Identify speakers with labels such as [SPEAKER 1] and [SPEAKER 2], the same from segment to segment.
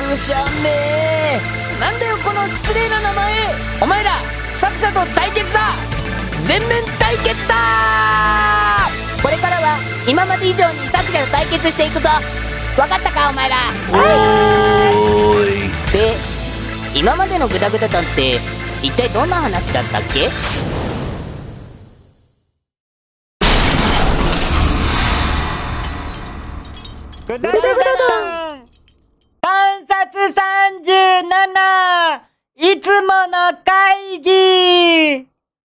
[SPEAKER 1] しゃめなんだよこの失礼な名前。お前ら作者と対決だ。全面対決だ。
[SPEAKER 2] これからは今まで以上に作者と対決していくぞ。わかったかお前ら。
[SPEAKER 1] おーい。
[SPEAKER 2] で、今までのグダグダ団って一体どんな話だったっけ？
[SPEAKER 3] グダグダ団観察37いつもの会議。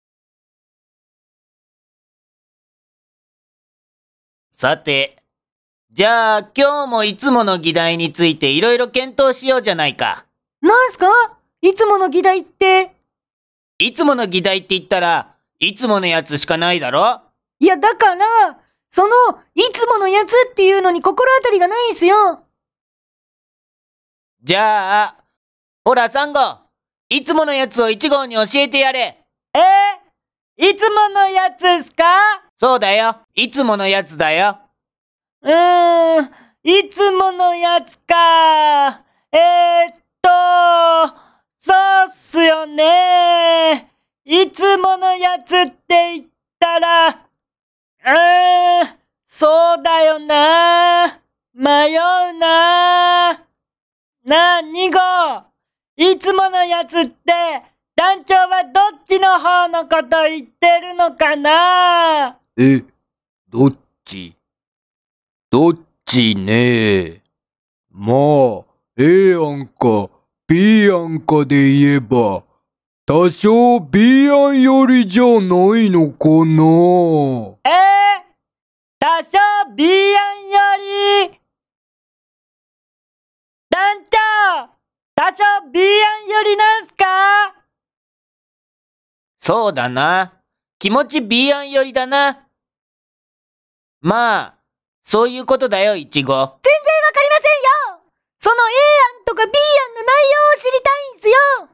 [SPEAKER 1] さて、じゃあ今日もいつもの議題についていろいろ検討しようじゃないか。
[SPEAKER 4] なんすか？いつもの議題って。
[SPEAKER 1] いつもの議題って言ったらいつものやつしかないだろ。
[SPEAKER 4] いやだから、そのいつものやつっていうのに心当たりがないんすよ。
[SPEAKER 1] じゃあ、ほらサンゴ、いつものやつを1号に教えてやれ。
[SPEAKER 3] いつものやつっすか？
[SPEAKER 1] そうだよ、いつものやつだよ。
[SPEAKER 3] いつものやつか。そうっすよね。いつものやつって言ったら、そうだよな。迷うな。なあ、2号。いつものやつって、団長はどっちの方のこと言ってるのかな？
[SPEAKER 5] どっちね。まあ、A 案か B 案かで言えば、多少 B 案よりじゃないのかな。
[SPEAKER 3] 多少 B 案より。団長、多少 B 案よりなんすか？
[SPEAKER 1] そうだな。気持ち B 案よりだな。まあ、そういうことだよ、いちご。
[SPEAKER 4] 全然わかりませんよ。その A 案とか B 案の内容を知りたいんすよ。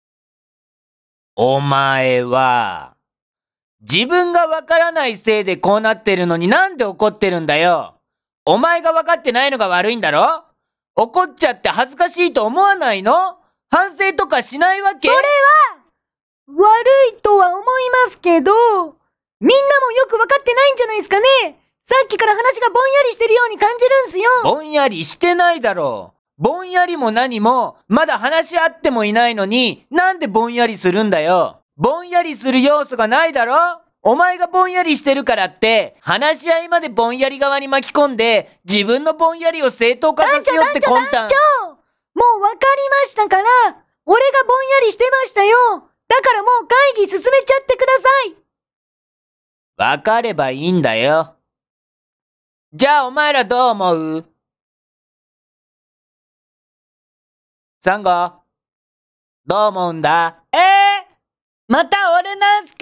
[SPEAKER 1] お前は、自分がわからないせいでこうなってるのになんで怒ってるんだよ。お前がわかってないのが悪いんだろ？怒っちゃって恥ずかしいと思わないの？反省とかしないわけ？
[SPEAKER 4] それは、悪いとは思いますけど、みんなもよくわかってないんじゃないですかね。さっきから話がぼんやりしてるように感じるんすよ。
[SPEAKER 1] ぼんやりしてないだろう。ぼんやりも何も、まだ話し合ってもいないのに、なんでぼんやりするんだよ。ぼんやりする要素がないだろ？お前がぼんやりしてるからって、話し合いまでぼんやり側に巻き込んで、自分のぼんやりを正当化させようって魂胆。
[SPEAKER 4] 団長もうわかりましたから、俺がぼんやりしてましたよ。だからもう会議進めちゃってください。
[SPEAKER 1] わかればいいんだよ。じゃあお前らどう思う？サンゴ、どう思うんだ？
[SPEAKER 3] また俺なんすか？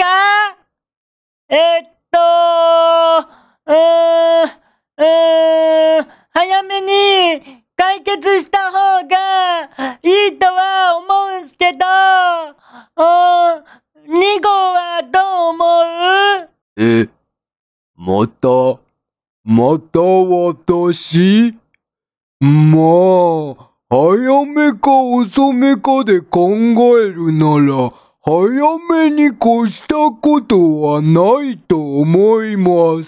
[SPEAKER 3] 早めに解決した方がいいとは思うんすけど、2号はどう思う？
[SPEAKER 5] また私？まあ、早めか遅めかで考えるなら、早めに越したことはないと思います。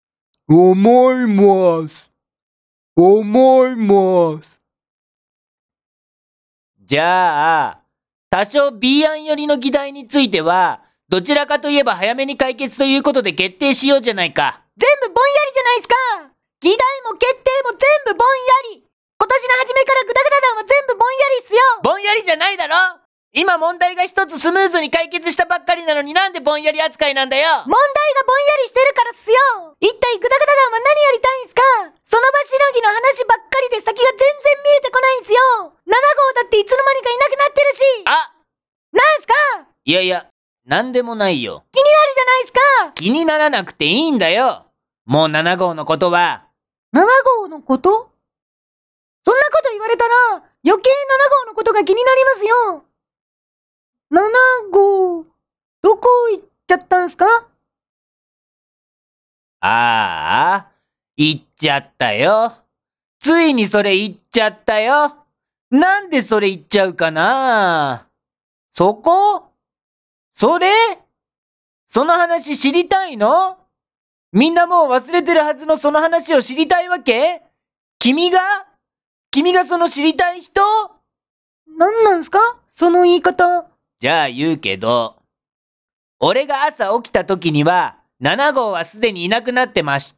[SPEAKER 1] じゃあ、多少 B 案寄りの議題については、どちらかといえば早めに解決ということで決定しようじゃないか。
[SPEAKER 4] 全部ぼんやりじゃないすか。議題も決定も全部ぼんやり。今年の初めからグダグダ団は全部ぼんやりっすよ。
[SPEAKER 1] ぼんやりじゃないだろ。今問題が一つスムーズに解決したばっかりなのになんでぼんやり扱いなんだよ。
[SPEAKER 4] 問題がぼんやりしてるからっすよ。一体グダグダ団は何やりたいんすか？その場しのぎの話ばっかりで先が全然見えてこないんすよ。7号だっていつの間にかいなくなってるし。なんすか？
[SPEAKER 1] いや、なんでもないよ。
[SPEAKER 4] 気になるじゃないすか。
[SPEAKER 1] 気にならなくていいんだよ。もう7号のことは。
[SPEAKER 4] 7号のこと？そんなこと言われたら余計7号のことが気になりますよ。7号、どこ行っちゃったんすか？
[SPEAKER 1] ああ、言っちゃったよ。ついにそれ言っちゃったよ。 なんでそれ言っちゃうかな？そこ？それ？その話知りたいの？みんなもう忘れてるはずのその話を知りたいわけ？君がその知りたい人？
[SPEAKER 4] なんなんすかその言い方。
[SPEAKER 1] じゃあ言うけど、俺が朝起きた時には、7号はすでにいなくなってました。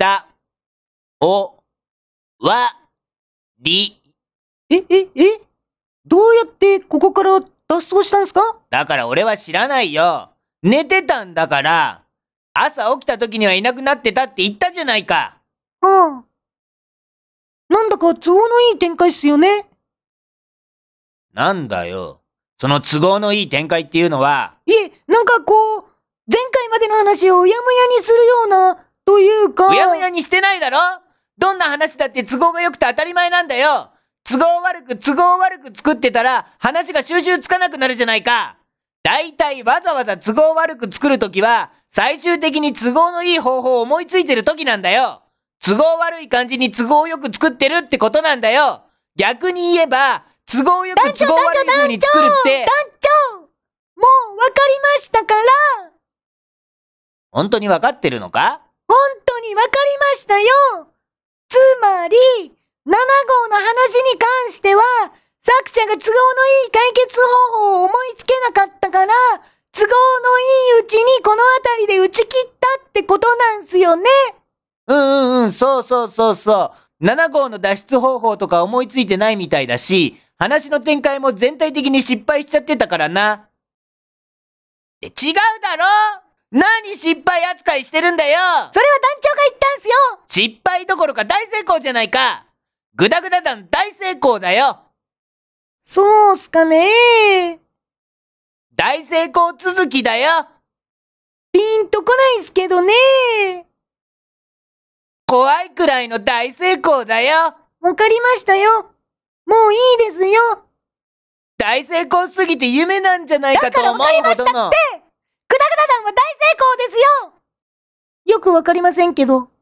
[SPEAKER 4] どうやってここから脱走したんすか？
[SPEAKER 1] だから俺は知らないよ。寝てたんだから。朝起きた時にはいなくなってたって言ったじゃないか。
[SPEAKER 4] はあ。なんだか都合のいい展開っすよね。
[SPEAKER 1] なんだよ。その都合のいい展開っていうのは。
[SPEAKER 4] いえ、なんかこう、前回までの話をうやむやにするような、というか。
[SPEAKER 1] うやむやにしてないだろ？どんな話だって都合が良くて当たり前なんだよ。都合悪く作ってたら話が収集つかなくなるじゃないか。だいたいわざわざ都合悪く作るときは、最終的に都合のいい方法を思いついてるときなんだよ。都合悪い感じに都合よく作ってるってことなんだよ。逆に言えば、都合よく都合悪い風に作るって。
[SPEAKER 4] 団長もうわかりましたから。
[SPEAKER 1] 本当にわかってるのか？
[SPEAKER 4] 本当にわかりましたよ。つまり、7号の話に関しては、作者が都合のいい解決方法を思いつけなかったから、都合のいいうちにこの辺りで打ち切ったってことなんすよね。
[SPEAKER 1] そう。7号の脱出方法とか思いついてないみたいだし、話の展開も全体的に失敗しちゃってたからな。違うだろ？何失敗扱いしてるんだよ！それは団
[SPEAKER 4] 長が言ったんすよ！
[SPEAKER 1] 失敗どころか大成功じゃないか！グダグダ団大成功だよ！
[SPEAKER 4] そうっすかね。
[SPEAKER 1] 大成功続きだよ！
[SPEAKER 4] ピンとこないっすけどね。
[SPEAKER 1] 怖いくらいの大成功だよ！
[SPEAKER 4] わかりましたよ。もういいですよ。
[SPEAKER 1] 大成功すぎて夢なんじゃないかと思うほどの。だからわかりましたって！
[SPEAKER 4] グダグダ団は大成功ですよ！よくわかりませんけど。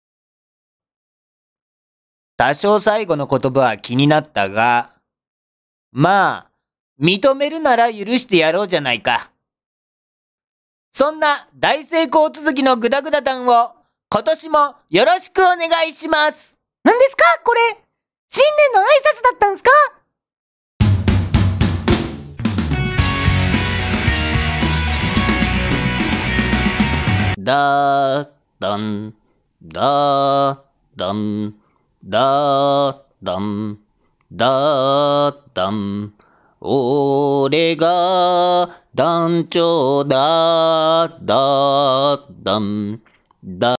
[SPEAKER 1] 多少最後の言葉は気になったが、まあ、認めるなら許してやろうじゃないか。そんな大成功続きのグダグダ団を今年もよろしくお願いします。
[SPEAKER 4] 何ですかこれ？新年の挨拶だったんすか？
[SPEAKER 1] だーだん、だーだん、だーだん、だーだん。俺が団長だーだーだん。